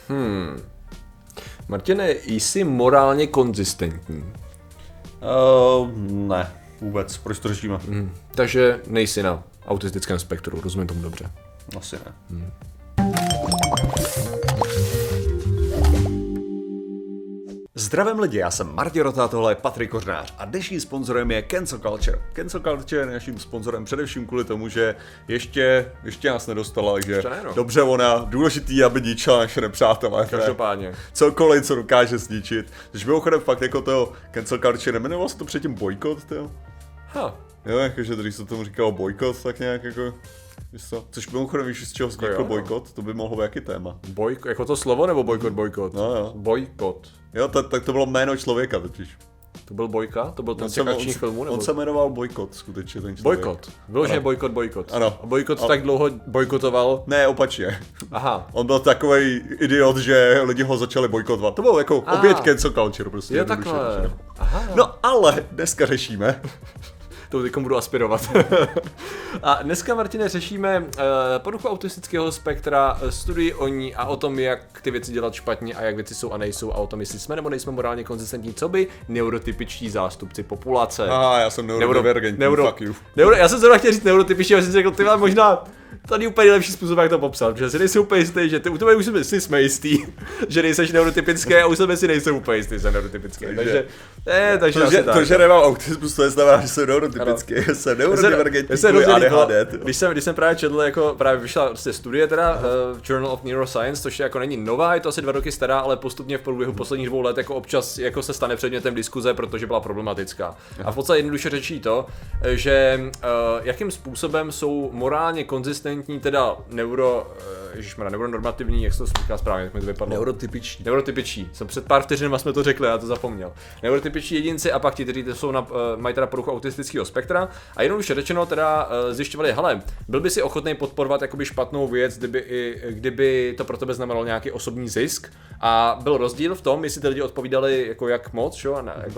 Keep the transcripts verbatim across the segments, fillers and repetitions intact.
Hmm. Martine, jsi morálně konzistentní? Uh, ne, vůbec. Proč to řešíme? Hmm. Takže nejsi na autistickém spektru, rozumím tomu dobře. Asi ne. Hmm. Zdravím lidi, já jsem Martin Rota, tohle je Patrik Kořnář a dnešním sponzorem je Cancel Culture. Cancel Culture je naším sponzorem především kvůli tomu, že ještě, ještě nás nedostala, takže ne, no. dobře ona, důležitý, aby ničila naše nepřátelé. Každopádně. Cokoliv, co dokáže zničit. Takže mimochodem fakt jako to Cancel Culture, nemenoval se to předtím bojkot, to? Ha. Jo, jakože když se tomu říkalo bojkot, tak nějak jako... Což mimochodem víš, z čeho vznikl bojkot, to by mohlo být jaký téma. Bojk, jako to slovo nebo bojkot, bojkot? No jo. Bojkot. Jo, tak, tak to bylo jméno člověka totiž. To byl Bojka? To byl ten z těch akčních filmů? Nebo? On se jmenoval Bojkot, skutečně ten člověk. Bojkot. Vyloženě bojkot, bojkot. Ano. A bojkot Ano. tak dlouho bojkotoval? Ne, opačně. Aha. On byl takovej idiot, že lidi ho začali bojkotovat. To byl jako A. oběť cancel culture, prostě. Jo, takhle. Aha. No ale dneska řešíme. To teďkom budu aspirovat. A dneska, Martine, řešíme uh, poruchu autistického spektra, studii o ní a o tom, jak ty věci dělat špatně a jak věci jsou a nejsou a o tom, jestli jsme nebo nejsme morálně konzistentní, co by neurotypičtí zástupci populace. Aha, já jsem neurodivergentní, neuro, fuck you. Neuro, já jsem zrovna chtěl říct neurotypičtí, ale jsem si řekl, ty možná tady úplně nejlepší způsob, jak to popsat, protože si nejsem úplně jistý, že ty u tebe už si jsme jistý, že nejseš neurotypický a u sebe si nejsem úplně jistý, že jsem neurotypický, takže, takže, eh, takže to, že, tak. to, že nemám autismus, to neznamená, že jsem neurotypický, já jsem neurodivergentní kvůli A D H D. Když jsem, když jsem právě četl, jako právě vyšla prostě studie teda, uh, Journal of Neuroscience, což jako není nová, je to asi dva roky stará, ale postupně v průběhu posledních dvou let jako občas jako se stane předmětem diskuze, protože byla problematická. A v podstatě jednoduše řečí to, že uh, jakým způsobem jsou morálně konzistentní, teda neuro, uh, ježišmarja, neuronormativní, jak se to říká správně, jak mi to vypadlo. Neurotypiční. Neurotypiční. Jsem před pár vteřinama jsme to řekli, já to zapomněl. Neurotypiční jedinci a pak ti, kteří jsou na, uh, mají teda poruchu autistického spektra. A jednoduše řečeno teda uh, zjišťovali, hele, byl by si ochotný podporovat jakoby špatnou věc, kdyby, i, kdyby to pro tebe znamenalo nějaký osobní zisk. A byl rozdíl v tom, jestli ty lidi odpovídali jako jak moc, čo? Ne, jako,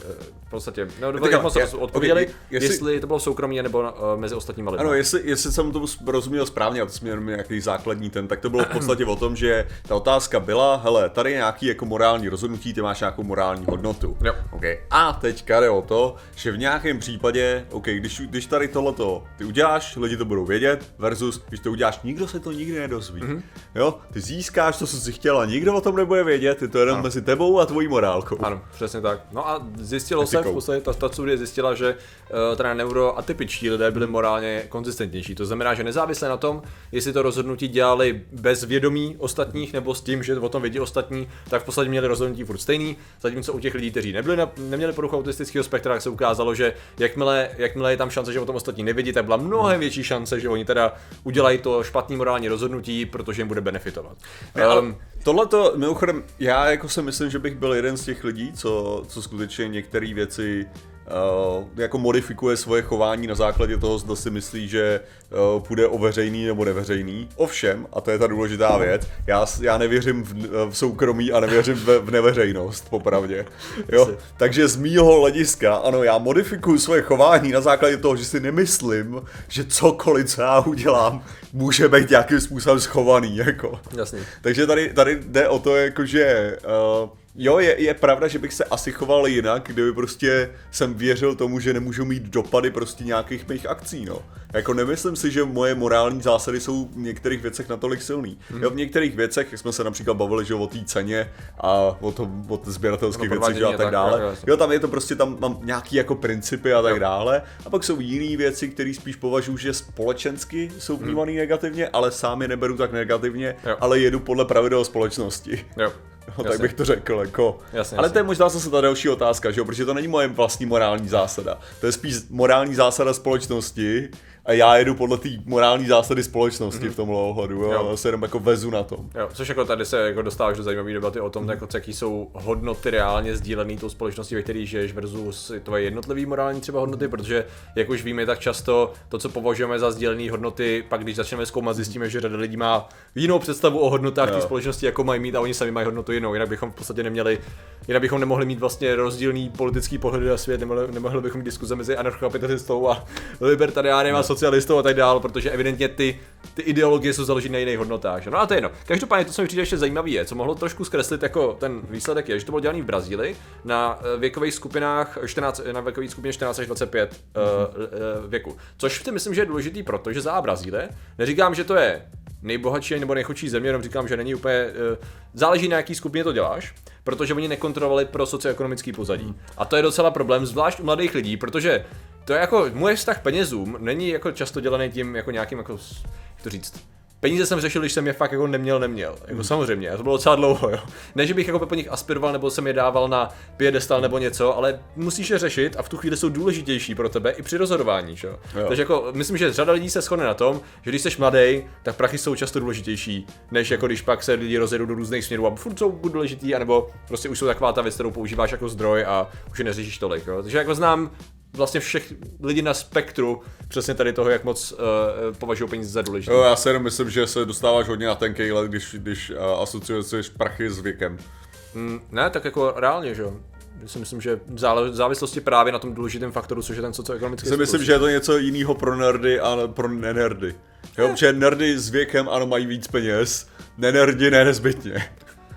v podstatě, no, tak, jak moc já, odpovídali, okay, jestli, jestli to bylo soukromí nebo uh, mezi ostatními lidmi. Ano, jestli, jestli jsem tomu rozuměl správně, a to jsme jenom nějaký základní ten, tak to bylo v podstatě o tom, že ta otázka byla, hele, tady je nějaký jako morální rozhodnutí, ty máš nějakou morální hodnotu. Jo. Okay. A teďka jde o to, že v nějakém případě, OK, když, když tady tohleto ty uděláš, lidi to budou vědět, versus když to uděláš, nikdo se to nikdy nedozví. Mm-hmm. Jo, ty získáš to, co jsi chtěl a nikdo o tom nebude vědět, je to jenom ano. mezi tebou a tvojí morálkou. Ano, přesně tak. No a zjistilo se, v podstatě ta, ta studie zjistila, že uh, teda neuroatypičtí lidé byli morálně konzistentnější. To znamená, že nezávisle na tom, jestli to rozhodnutí dělali bez vědomí ostatních nebo s tím, že o tom vědí ostatní, tak v podstatě měli rozhodnutí furt stejný. Zatímco u těch lidí, kteří nebyli na, neměli poruchu autistického spektra, tak se ukázalo, že jakmile, jakmile je tam šance, že o tom ostatní nevědí, tak byla mnohem větší šance, že oni teda udělají to špatný morální rozhodnutí, protože jim bude benefitovat. Um, Tohleto, mimochodem, já jako si myslím, že bych byl jeden z těch lidí, co, co skutečně některé věci uh, jako modifikuje svoje chování na základě toho, zda si myslí, že uh, půjde o veřejný nebo neveřejný. Ovšem, a to je ta důležitá věc, já, já nevěřím v, v soukromí a nevěřím v, v neveřejnost, popravdě. Jo? Takže z mýho hlediska, ano, já modifikuju svoje chování na základě toho, že si nemyslím, že cokoliv, co já udělám, může být nějakým způsobem schovaný, jako. Jasně. Takže tady, tady jde o to, jako, že uh, jo, je, je pravda, že bych se asi choval jinak, kdyby prostě jsem věřil tomu, že nemůžu mít dopady prostě nějakých mých akcí, no. Jako nemyslím si, že moje morální zásady jsou v některých věcech natolik silný. Hmm. Jo, v některých věcech, jak jsme se například bavili, že o té ceně a o tom, o sběratelských no, věcech a tak, tak dále. Tak, jo, tam je to prostě, tam mám nějaký jako principy a tak jo. dále. A pak jsou jiné věci, které spíš považuji, že společensky jsou vnímané hmm. negativně, ale sám je neberu tak negativně, jo. ale jedu podle pravidel společnosti. Jo. No, tak bych to řekl, jako. Jasně, ale jasně. to je možná zase ta další otázka, že jo? Protože to není moje vlastní morální zásada. To je spíš morální zásada společnosti a já jedu podle té morální zásady společnosti mm-hmm. v tomhle ohledu, jo? jo. Já se jenom jako vezu na tom. Jo, což jako tady se jako dostáváš do zajímavé debaty o tom, jako, jaký jsou hodnoty reálně sdílené tou společností, ve které žiješ versus tvoje jednotlivé morální třeba hodnoty, protože jak už víme, tak často to, co považujeme za sdílené hodnoty, pak když začneme zkoumat, zjistíme, že řada lidí má jinou představu o hodnotách té společnosti, jako mají mít a oni sami mají hodnotu jinou, jinak bychom v podstatě neměli, jinak bychom nemohli mít vlastně rozdílný politický pohled na svět, nemohli, nemohli bychom mít diskuze mezi anarchokapitalistou a libertariánem a socialistou a tak dál, protože evidentně ty, ty ideologie jsou založeny na jiných hodnotách. Že? No a to je jedno. Každopádně to, co mi přijde ještě zajímavý je, co mohlo trošku zkreslit jako ten výsledek je, že to bylo dělané v Brazílii na věkových skupinách čtrnáct, na věkových skupině čtrnáct až dvacet pět mm-hmm. uh, věku. Což si myslím, že je důležitý, protože za Brazílie, neříkám, že to je nejbohatší nebo nejchodší země, jenom říkám, že není úplně, uh, záleží na jaký skupině to děláš, protože oni nekontrolovali pro socioekonomický pozadí. Mm. A to je docela problém, zvlášť u mladých lidí, protože to je jako, můj vztah penězům není jako často dělaný tím jako nějakým, jako, jak to říct, peníze jsem řešil, když jsem je fakt jako neměl, neměl, jako mm. samozřejmě, a to bylo docela dlouho, jo. Ne, že bych jako po nich aspiroval, nebo jsem je dával na piedestal nebo něco, ale musíš je řešit a v tu chvíli jsou důležitější pro tebe i při rozhodování, jo. jo. Takže jako, myslím, že řada lidí se shodne na tom, že když jsi mladý, tak prachy jsou často důležitější, než jako když pak se lidi rozjedou do různých směrů a furt jsou buď důležitý, anebo prostě už jsou taková ta věc, kterou používáš jako zdroj a už je neřešíš tolik, jo. Takže jako znám vlastně všech lidí na spektru přesně tady toho, jak moc uh, považují peníze za důležité. Jo, já si jenom myslím, že se dostáváš hodně na tenkej let, když, když uh, asociuješ prachy s věkem. Mm, ne, tak jako reálně, že jo. Já si myslím, že v závislosti právě na tom důležitém faktoru, což je ten socioekonomický. Já si myslím, že je to něco jiného pro nerdy a pro nenerdy. Jo, protože nerdy s věkem ano mají víc peněz, nenerdi ne nezbytně.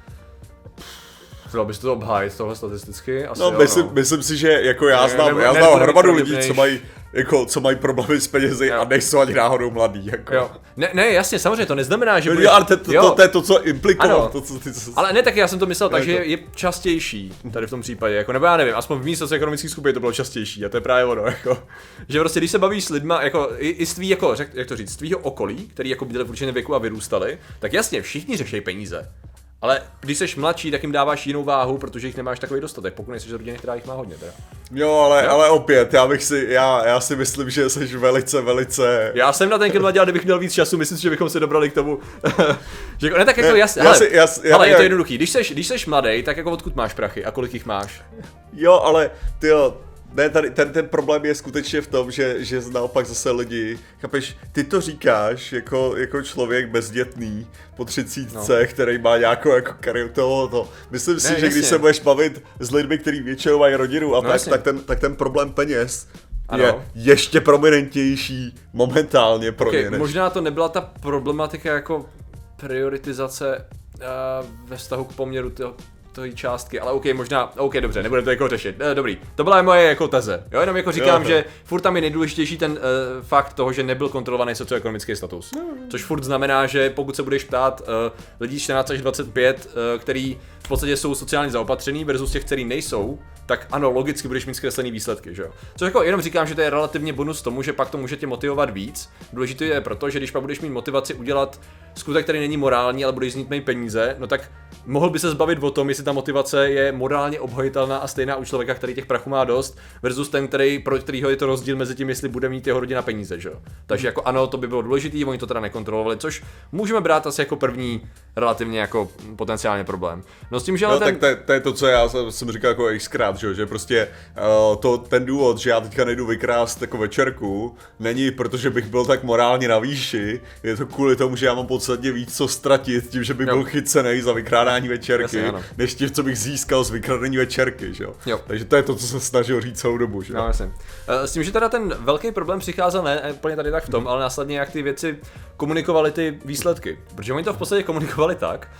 Chtěl bys to obhájit tohle statisticky? Asi no, jo, myslím, no, myslím si, že jako já ne, znám, nebo, já ne, znám hromadu lidí, co než... mají, jako, co mají problémy s penězi jo. a nejsou ani náhodou mladí. Jako. Jo. Ne, ne, jasně, samozřejmě, to neznamená, že... No, budeš... ale to, to, to, to je to, co implikoval. To, co ty, co... Ale ne, tak já jsem to myslel tak, že je častější tady v tom případě, jako, nebo já nevím, aspoň v mý socioekonomický skupině to bylo častější a to je právě ono, jako, že prostě když se bavíš s lidma, jako, i, i z tvý, jako, řek, jak to říct, z tvýho okolí, který jako byli v určitém věku a vyrůstali, tak jasně, všichni řeší peníze. Ale když jsi mladší, tak jim dáváš jinou váhu, protože jich nemáš takový dostatek, pokud nejsi z rodiny, která jich má hodně teda. Jo, ale, no? ale opět, já bych si, já, já si myslím, že jsi velice, velice... Já jsem na ten kil nadělal, kdybych měl víc času, myslím si, že bychom se dobrali k tomu, že ne, tak jako ne, jasně, já hele, si, já, já, hele já, je to jednoduchý, když jsi, když jsi mladý, tak jako odkud máš prachy a kolik jich máš? Jo, ale tyjo, ne, tady, ten, ten problém je skutečně v tom, že, že naopak zase lidi, chápeš, ty to říkáš jako, jako člověk bezdětný po třicítce, no. který má nějakou jako kariéru tohoto. Myslím ne, si, jasně. že když se budeš bavit s lidmi, kteří většinou mají rodinu a no, tak, tak, ten, tak ten problém peněz ano. je ještě prominentnější momentálně pro okay, ně. Než... Možná to nebyla ta problematika jako prioritizace uh, ve vztahu k poměru toho té částky, ale OK, možná, OK, dobře, nebudeme to jako řešit. E, dobrý, to byla moje jako teze. Jo, jenom jako říkám, jo, že furt tam je nejdůležitější ten uh, fakt toho, že nebyl kontrolovaný socioekonomický status. No. Což furt znamená, že pokud se budeš ptát uh, lidí čtrnáct až dvacet pět, uh, který v podstatě jsou sociálně zaopatřený versus těch, který nejsou, tak ano, logicky budeš mít zkreslený výsledky, že jo. Což jako jenom říkám, že to je relativně bonus tomu, že pak to může tě motivovat víc. Důležité je proto, že když pak budeš mít motivaci udělat skutek, který není morální, ale budeš znít mít peníze, no tak mohl by se zbavit o tom, jestli ta motivace je morálně obhajitelná a stejná u člověka, který těch prachů má dost, versus ten, který, pro kterýho je to rozdíl mezi tím, jestli bude mít jeho rodina peníze, že jo. Takže jako ano, to by bylo důležité, oni to teda nekontrolovali, což můžeme brát asi jako první relativně jako potenciálně problém. No s tím, že ale no, ten... tak to, to je to, co já jsem říkal jako xkrát, že, že prostě uh, to, ten důvod, že já teďka nejdu vykrást jako večerku, není protože bych byl tak morálně na výši, je to kvůli tomu, že já mám podstatně víc co ztratit tím, že bych jo. byl chycený za vykrádání večerky, jasně, než tím, co bych získal z vykradení večerky, že jo. Takže to je to, co jsem snažil říct celou dobu, že jo. No, jasně. S tím, že teda ten velký problém přicházel ne úplně tady tak v tom, ale následně jak ty věci komunikovaly ty výsledky, protože oni to v podstatě komunikovali tak,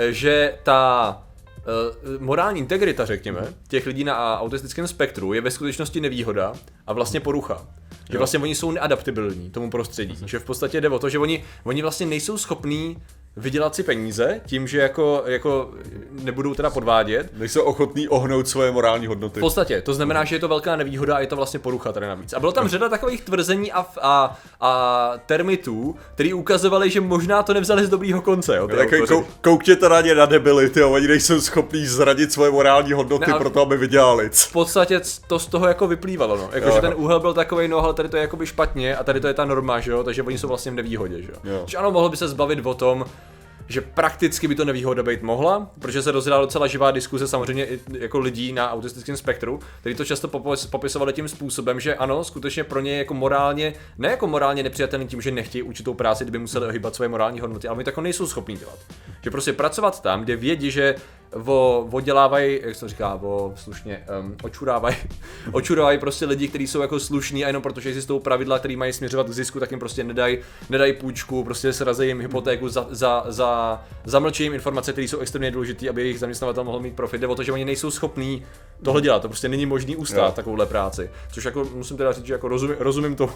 že ta Uh, morální integrita, řekněme, těch lidí na autistickém spektru je ve skutečnosti nevýhoda a vlastně porucha. Že vlastně oni jsou neadaptibilní tomu prostředí. Že v podstatě jde o to, že oni, oni vlastně nejsou schopní vydělat si peníze tím, že jako, jako nebudou teda podvádět. Nejsou ochotní ohnout svoje morální hodnoty. V podstatě, to znamená, že je to velká nevýhoda a je to vlastně porucha tady navíc. A bylo tam řada takových tvrzení a, a, a termitů, který ukazovali, že možná to nevzali z dobrýho konce. Jo, kou, koukněte na ně na debility, jo, oni nejsou schopní zradit svoje morální hodnoty ne, proto, aby vydělali. V podstatě to z toho jako vyplývalo, no. Jako, že ten úhel byl takovej, no, ale tady to je jakoby špatně a tady to je ta norma, že jo, takže oni jsou vlastně v nevýhodě, že jo. Že ano, mohlo by se zbavit o tom, že prakticky by to nevýhoda být mohla, protože se rozjela docela živá diskuze samozřejmě i jako lidí na autistickém spektru, kteří to často popisovali tím způsobem, že ano, skutečně pro ně je jako morálně, ne jako morálně nepřijatelný tím, že nechtějí určitou práci, kdyby museli ohýbat svoje morální hodnoty, ale oni to jako nejsou schopní dělat. Že prostě pracovat tam, kde vědí, že vo, vodělávají, jak se to říká, vo, slušně, um, očurávají očurávají prostě lidi, kteří jsou jako slušní a jenom protože existují pravidla, které mají směřovat k zisku, tak jim prostě nedají nedaj půjčku, prostě srazí jim hypotéku, za, za, za, zamlčí jim informace, které jsou extrémně důležité, aby jejich zaměstnavatel mohl mít profit. Jde o to, že oni nejsou schopní tohle dělat, to prostě není možný ustát takovouhle práci. Což jako musím teda říct, že jako rozumím, rozumím tomu.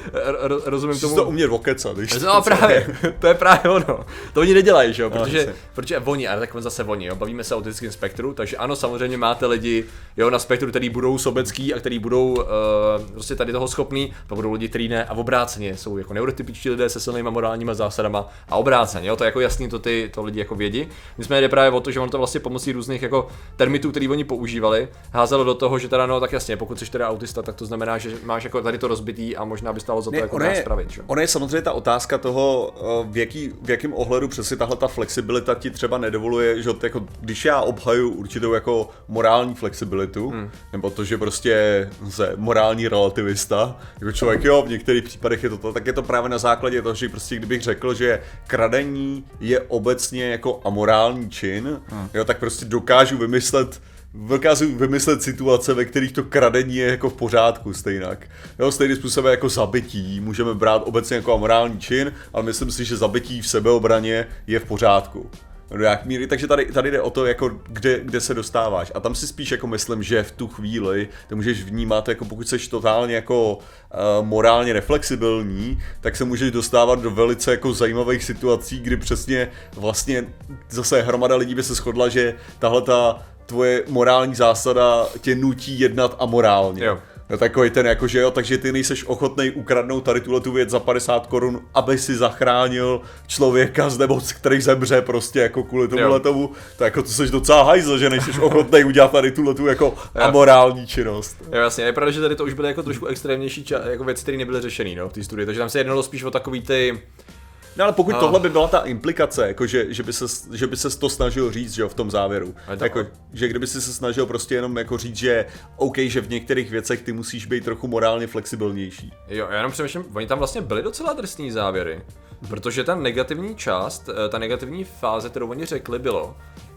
rozumím tomu. to umět okecat, když no, právě, to je právě ono. To oni nedělají, že jo, protože, no, protože oni, ale tak zase oni, jo, bavíme se o autistickém spektru, takže ano, samozřejmě máte lidi, jo, na spektru, který budou sobecký a který budou uh, prostě tady toho schopný, pak budou lidi, kteří ne, a obráceně jsou jako neurotypičtí lidé se silnýma morálníma zásadama a obráceně, jo, to je jako jasný, to ty to lidi jako vědí. Nicméně jde právě o to, že ono to vlastně pomocí různých jako termitů, který oni používali, házelo do toho, že teda no tak jasně, pokud jsi teda autista, tak to znamená, že máš jako tady to rozbitý a možná by stálo za to ne, jako nás spravit, že? Ono je samozřejmě ta otázka toho, v, jaký, v jakém ohledu přesně tahle ta flexibilita ti třeba nedovoluje, že jako, když já obhaju určitou jako morální flexibilitu, hmm. nebo to, že prostě se morální relativista, jako člověk, jo, v některých případech je to, tak je to právě na základě toho, že prostě kdybych řekl, že kradení je obecně jako amorální čin, hmm. jo, tak prostě dokážu vymyslet Dokážu vymyslet situace, ve kterých to kradení je jako v pořádku stejnak. Jo, stejným způsobem jako zabití můžeme brát obecně jako amorální čin, ale myslím si, že zabití v sebeobraně je v pořádku. Do jak míry, takže tady, tady jde o to, jako kde, kde se dostáváš. A tam si spíš jako myslím, že v tu chvíli to můžeš vnímat, jako pokud jsi totálně jako uh, morálně reflexibilní, tak se můžeš dostávat do velice jako zajímavých situací, kdy přesně vlastně zase hromada lidí by se shodla, že tahle ta tvoje morální zásada tě nutí jednat amorálně. Jo. No takový ten jako, že jo, takže ty nejseš ochotnej ukradnout tady tuhle tu věc za padesát korun, aby si zachránil člověka z nemoc, který zemře prostě jako kvůli tomuhle tomu, tak jako to seš docela hajzl, že nejseš ochotnej udělat tady tuhle tu jako jo. amorální činnost. Jo, jasně, je pravda, že tady to už byly jako trošku extrémnější ča- jako věci, které nebyly řešený, no, v té studii, takže tam se jednalo spíš o takový ty. No ale pokud a... tohle by byla ta implikace, jako že, že, by ses, že by ses to snažil říct, že jo, v tom závěru. Jako, že kdyby si se snažil prostě jenom jako říct, že OK, že v některých věcech ty musíš být trochu morálně flexibilnější. Jo, já jenom přemýšlím, oni tam vlastně byly docela drsný závěry, protože ta negativní část, ta negativní fáze, kterou oni řekli, bylo,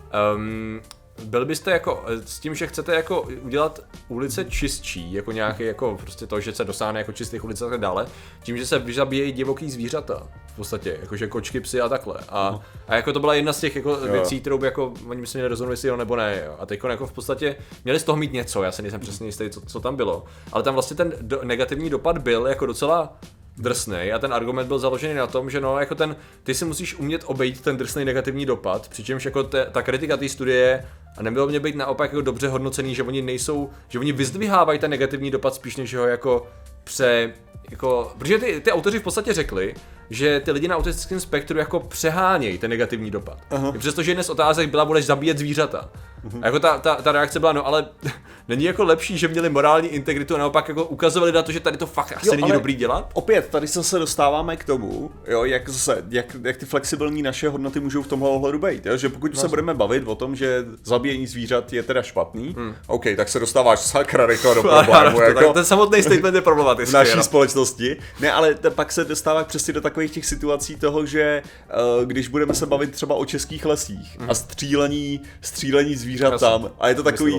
um, byl byste jako s tím, že chcete jako udělat ulice čistší, jako nějaký jako prostě to, že se dosáhne jako čistých ulic a tak dále, tím, že se vyzabíjejí divoký zvířata v podstatě, jakože kočky, psy a takhle. A, no. a jako to byla jedna z těch jako věcí, kterou by jako oni by se měli rozhodnout, jestli jo nebo ne. Jo. A teď jako v podstatě měli z toho mít něco, já se nejsem přesně jistý, co, co tam bylo. Ale tam vlastně ten do, negativní dopad byl jako docela drsnej a ten argument byl založený na tom, že no jako ten, ty si musíš umět obejít ten drsnej negativní dopad, přičemž jako te, ta kritika té studie a nebylo mě být naopak jako dobře hodnocený, že oni nejsou, že oni vyzdvihávají ten negativní dopad spíš než ho jako pře, jako, protože ty, ty autoři v podstatě řekli, že ty lidi na autistickém spektru jako přehánějí ten negativní dopad. Uh-huh. Přestože jedna z otázek byla, budeš zabíjet zvířata. Uh-huh. A jako ta, ta, ta reakce byla, no ale není jako lepší, že měli morální integritu a naopak jako ukazovali na to, že tady to fakt asi jo, není dobrý dělat? Opět, tady se dostáváme k tomu, jo, jak, zase, jak, jak ty flexibilní naše hodnoty můžou v tomhle ohledu být. Jo? Že pokud no, se budeme bavit o tom, že zabíjení zvířat je teda špatný, hmm. OK, tak se dostáváš sakra rychle do problému. Jako ten samotný statement je problematický. V naší společnosti. Ne, ale pak se dostává přesně do takových těch situací toho, že uh, když budeme se bavit třeba o českých lesích hmm. a střílení, střílení zvířat tam, a je to takový,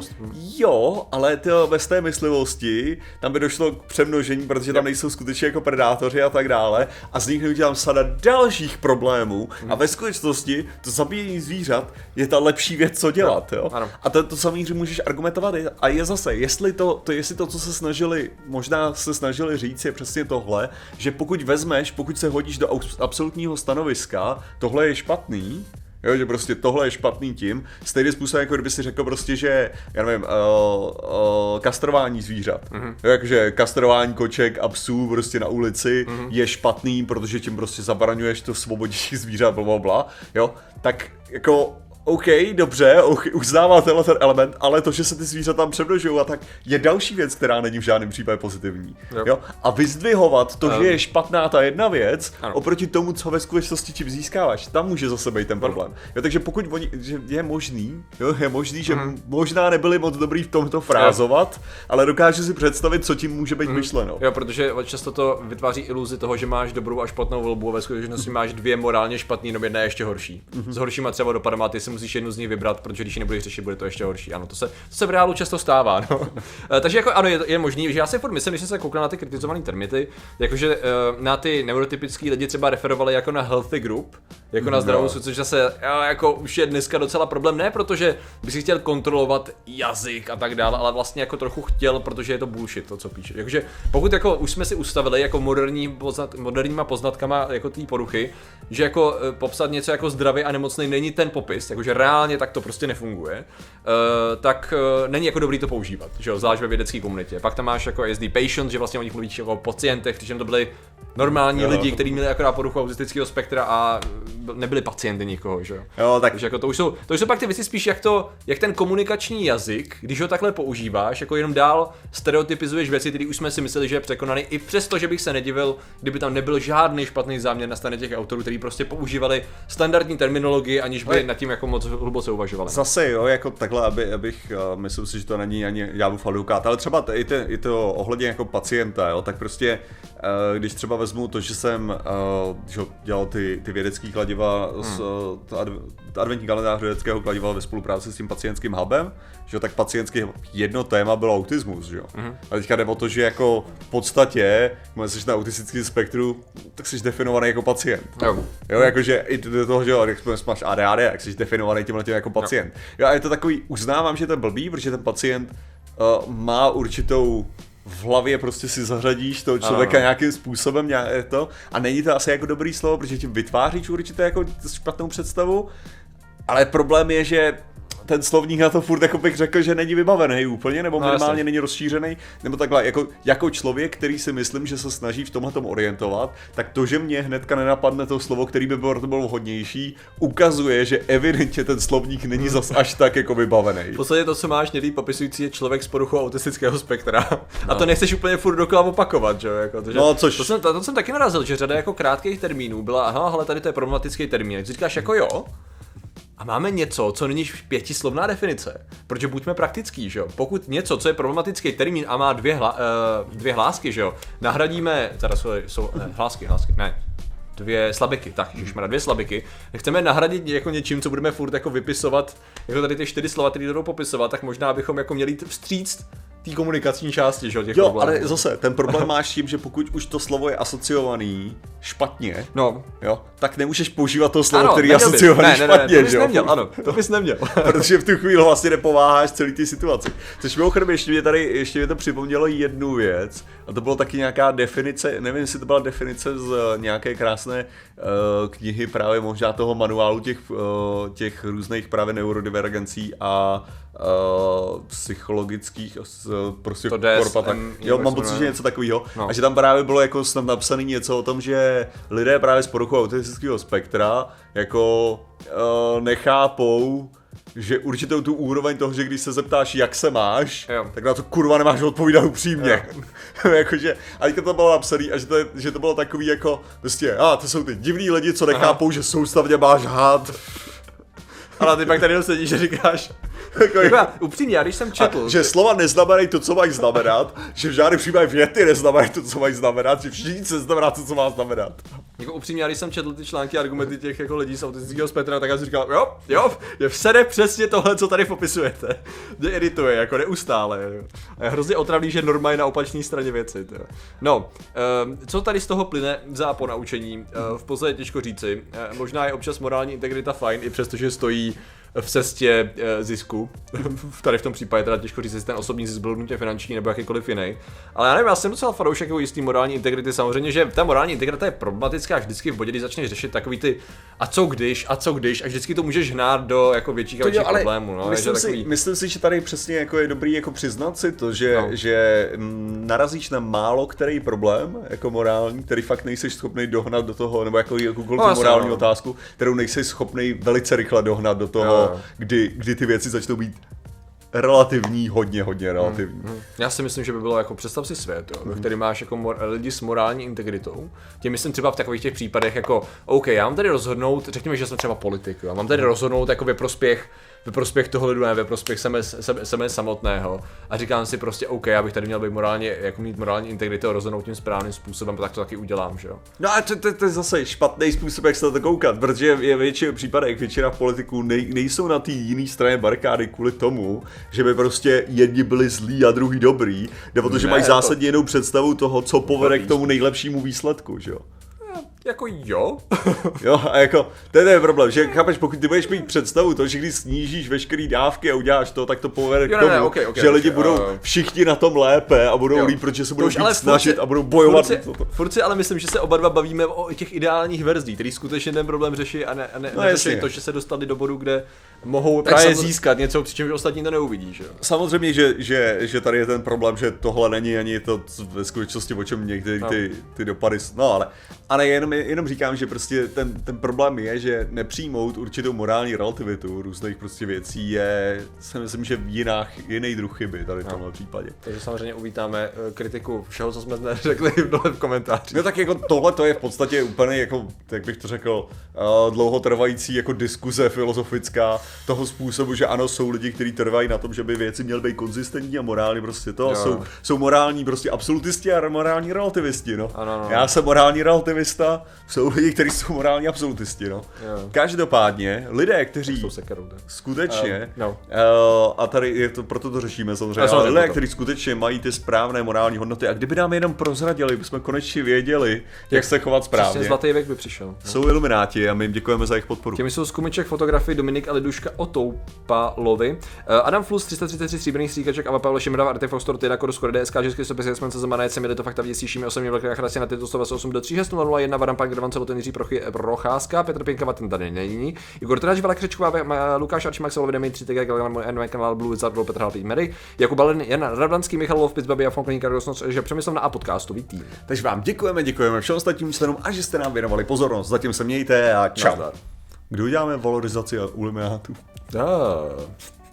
jo, ale to bez té myslivosti, tam by došlo k přemnožení, protože tam nejsou skutečně jako predátoři a tak dále, a z nich neudělám sada dalších problémů, hmm. a ve skutečnosti to zabíjení zvířat je ta lepší věc, co dělat, jo. Ano. A to, to samozřejmě můžeš argumentovat, a je zase, jestli to, to, jestli to, co se snažili, možná se snažili říct, je přesně tohle, že pokud vezmeš, pokud se hodíš do absolutního stanoviska, tohle je špatný, jo, že prostě tohle je špatný tím, stejný způsob, jako kdyby si řekl prostě, že, já nevím, uh, uh, kastrování zvířat, mm-hmm. jo, jakože kastrování koček a psů prostě na ulici mm-hmm. je špatný, protože tím prostě zabraňuješ to svobodější zvířat, blablabla, jo, tak jako OK, dobře, okay, uznává tenhle ten element, ale to, že se ty zvířata tam přemnožují a tak, je další věc, která není v žádném případě pozitivní. Jo. Jo? A vyzdvihovat to, um. že je špatná ta jedna věc, ano. oproti tomu, co ve skutečnosti čím získáváš, tam může zase být ten problém. Jo, takže pokud oni, že je možný, jo, je možný, že mm. možná nebyli moc dobrý v tomto frázovat, jo. ale dokážu si představit, co tím může být mm. myšleno. Jo, protože často to vytváří iluzi toho, že máš dobrou a špatnou volbu, a ve skutečnosti máš dvě morálně špatný, no jedna je ještě horší. Mm. S horšíma třeba dopadama, ty si musíš jednu z nich vybrat, protože když ji nebudeš řešit, bude to ještě horší. Ano, to se, to se v reálu často stává, no. Takže jako ano, je, je možný, že já si furt myslím, když jsem se koukal na ty kritizované termity, jakože na ty neurotypický lidi třeba referovali jako na healthy group, jako na zdravou, což zase jako už je dneska docela problém, ne protože by si chtěl kontrolovat jazyk a tak dále, ale vlastně jako trochu chtěl, protože je to bullshit to, co píše. Takže pokud jako už jsme si ustavili jako moderní poznat, moderníma poznatkama jako té poruchy, že jako e, popsat něco jako zdravý a nemocný není ten popis, jakože reálně tak to prostě nefunguje, e, tak e, není jako dobrý to používat, že jo, zvlášť ve vědecké komunitě. Pak tam máš jako S D patient, že vlastně o nich mluvíš jako o pacientech, když to byli normální jo. lidi, kteří měli akorát poruchu autistického spektra a nebyli pacienty nikoho, že jo. Jo, tak takže jako to už jsou, to už jsou pak ty věci spíš jak to, jak ten komunikační jazyk, když ho takhle používáš, jako jenom dál stereotypizuješ věci, které už jsme si mysleli, že je překonaný, i přesto, že bych se nedivil, kdyby tam nebyl žádný špatný záměr na straně těch autorů, kteří prostě používali standardní terminologii, aniž by nad tím jako moc hluboce uvažovali. Zase jo, jako takhle, aby, abych, uh, myslím si, že to není ani Ďáblův advokát, ale třeba i, te, i to ohledně jako pacienta, jo, tak prostě, uh, když třeba vezmu to, že jsem uh, že dělal ty, ty vědecký kladiva, hmm. s, uh, adv, adventní kalendář vědeckého kladiva ve spolupráci s tím pacientským hubem, že jo, tak pacientský jedno téma bylo autismus, že jo. Hmm. A teďka jde o to, že jako v podstatě, když jsi na autistickém spektru, tak jsi definovaný jako pacient. Jo, jo jakože i do toho, že jo, když máš A D H D, jak jsi definovaný tímhletím jako pacient. Jo. jo, a je to takový, uznávám, že to je blbý, protože ten pacient uh, má určitou v hlavě prostě si zařadíš toho člověka ano. nějakým způsobem nějak to, a není to asi jako dobrý slovo, protože tím vytváříš určitě jako špatnou představu, ale problém je, že ten slovník na to furt jako bych řekl, že není vybavený úplně, nebo no, minimálně jasný. Není rozšířený, nebo takhle, jako, jako člověk, který si myslím, že se snaží v tomhle tom orientovat, tak to, že mě hnedka nenapadne to slovo, který by bylo, to bylo vhodnější, ukazuje, že evidentně ten slovník není zas až tak jako vybavený. V podstatě to, co máš někdy popisující, je člověk s poruchou autistického spektra. No. A to nechceš úplně furt dokola opakovat, že jo? Jako, to, že no, což... to, jsem, to, to jsem taky narazil, že řada jako krátkých termínů byla, aha, ale tady to je problematický termín. Jak říkáš jako jo, a máme něco, co není pětislovná definice, protože buďme praktický, že jo. Pokud něco, co je problematický termín a má dvě, hla, uh, dvě hlásky, že jo, nahradíme, teda jsou, jsou ne, hlásky, hlásky, ne, dvě slabiky, tak, ježišmarja, dvě slabiky, chceme nahradit jako něčím, co budeme furt jako vypisovat, jako tady ty čtyři slova, které jdou popisovat, tak možná bychom jako měli vstříct té komunikační části, že jo, těch jo, problémů. Ale zase, ten problém máš tím, že pokud už to slovo je asociovaný špatně, no. jo, tak nemůžeš používat to slovo, ano, který je asociovaný ne, špatně, ne, ne, to bys že jo? Neměl, ano, to bys neměl. Protože v tu chvíli vlastně nepomáháš celý té situaci. Což mimochodem ještě mě tady, ještě mě to připomnělo jednu věc, a to bylo taky nějaká definice, nevím, jestli to byla definice z nějaké krásné uh, knihy právě možná toho manuálu těch, uh, těch různých právě neurodivergencí a Uh, psychologických uh, prostě korpa, tak jo, mám pocit, že něco takového. No. A že tam právě bylo jako snad napsané něco o tom, že lidé právě s poruchou autistického spektra jako uh, nechápou, že určitou tu úroveň toho, že když se zeptáš, jak se máš, jo. tak na to kurva nemáš odpovídat upřímně. Jakože, a teďka to bylo napsané a že to, je, že to bylo takový jako, prostě, a to jsou ty divný lidi, co nechápou, aha. že soustavně máš had. Ale ty pak tady sedíš a říkáš, jako, upřímně, já když jsem četl... A, že slova neznamenají to, co mají znamenat, že v žádném případě věty neznamenají to, co mají znamenat, že všichni se znamená to, co má znamenat. Jako upřímně, já když jsem četl ty články a argumenty těch jako lidí z autistického spektra, tak já si říkal, jo, jo, je vsede přesně tohle, co tady popisujete. Mě irituje, jako neustále. Jo. A je hrozně otravný, že norma je na opačné straně věci. Tjo. No, um, co tady z toho plyne za ponaučení, uh, v podstatě těžko říci. Uh, možná je občas morální integrita fajn, i přestože stojí v cestě e, zisku. Tady v tom případě teda těžko říct, jestli ten osobní zisk byl nutně finanční nebo jakýkoliv jiný. Ale já nevím, já jsem docela fanoušek jako jistý morální integrity. Samozřejmě, že ta morální integrita je problematická vždycky v bodě, kdy začneš řešit takový ty a co když, a co když, a vždycky to můžeš hnát do jako větších a větších problémů. No, myslím, takový... si, myslím si, že tady přesně jako je dobrý jako přiznat si to, že, no. že narazíš na málo který problém jako morální, který fakt nejseš schopný dohnat do toho, nebo jako jakoukoliv no, morální no. otázku, kterou nejseš schopný velice rychle dohnat do toho, no. Kdy, kdy ty věci začnou být relativní, hodně, hodně relativní. Hmm, hmm. Já si myslím, že by bylo jako představ si svět, jo, hmm. ve který máš jako mor- lidi s morální integritou. Tím myslím třeba v takových těch případech jako OK, já mám tady rozhodnout, řekněme, že jsem třeba politik, jo, mám tady rozhodnout jako ve prospěch ve prospěch toho lidu, ne ve prospěch sebe, sebe, sebe samotného. A říkám si prostě OK, já bych tady měl být morálně, jako mít morální integritu a rozhodnout tím správným způsobem, tak to taky udělám, že jo. No a to, to, to je zase špatný způsob, jak se na to koukat, protože je většinou případech, většina politiků nej, nejsou na té jiné straně barikády kvůli tomu, že by prostě jedni byli zlí a druhý dobrý, nebo to, že mají zásadně jinou představu toho, co povede k tomu nejlepšímu výsledku, že jo. Jako jo. Jo, a jako, to je ten problém, že chápeš, pokud ty budeš mít představu to, že když snížíš veškerý dávky a uděláš to, tak to povede k tomu, ne, ne, okay, okay, že lidi okay, budou uh, všichni na tom lépe a budou líp, protože se budou víc snažit a budou bojovat. Furt si ale myslím, že se oba dva bavíme o těch ideálních verzích, který skutečně ten problém řeší a ne, a ne, no, neřeší to, že se dostali do bodu, kde mohou tak právě samozřejmě získat něco, přičemž ostatní to neuvidí, že jo. Samozřejmě, že, že, že tady je ten problém, že tohle není ani to ve skutečnosti, o čem někdy no. ty, ty dopady, no ale, ale jenom, jenom říkám, že prostě ten, ten problém je, že nepřijmout určitou morální relativitu různých prostě věcí je, si myslím, že jiná, jiný druh chyby tady v tomhle no. případě. Takže samozřejmě uvítáme kritiku všeho, co jsme dnes řekli dole v komentářích. No tak jako tohle to je v podstatě úplně jako, jak bych to řekl, dlouhotrvající jako diskuze filozofická toho způsobu, že ano, jsou lidi, kteří trvají na tom, že by věci měly být konzistentní a morální prostě to, a jsou, jsou morální prostě absolutisti a morální relativisti, no. Ano, no. Já jsem morální relativista, jsou lidi, kteří jsou morální absolutisti, no. Jo. Každopádně, lidé, kteří sekerou, skutečně, um, no. uh, a tady je to, proto to řešíme samozřejmě, ale lidé, kteří skutečně mají ty správné morální hodnoty a kdyby nám jenom prozradili, bychom konečně věděli, jak se chovat správně. Zlatý věk by přišel. No. Jsou ilumináti a my jim děkujeme za jejich podporu. Těmi jsou z Kumyček fotografii Dominik a Liduška Otoupalovi, Adam Flus tři sta třicet tři stříbrných stříkaček, Ava Pavle Šimrava, Artefostor, Tyda Korusko, D S K, Český stopis, Jasman se zamanajce, měli to fakta vděsíšími osobně velké chrastě na tyto sto dvacet osm do tří šest nula nula jedna, Varam Park, Drvan Celoten, Jiří Prochy, Procházka, Petr Pěnkava, ten tady není, Igor Tráč, Vala Křečková, Lukáš Arčimak, Solovi, Dimitri, Tegek, N kanál Blue Wizard, Petr Halpý, Mary, Jakub Balen, Jan Radvanský, Michal Lov, Pizbabi a Fonklín, Kargosnoc, že Přemyslovna a podcastový tým. Takže vám děkujeme, děkujeme všem ostatním členům a že jste nám věnovali pozornost. Zatím se mějte a čau. Kdy uděláme valorizaci iluminátů? Da.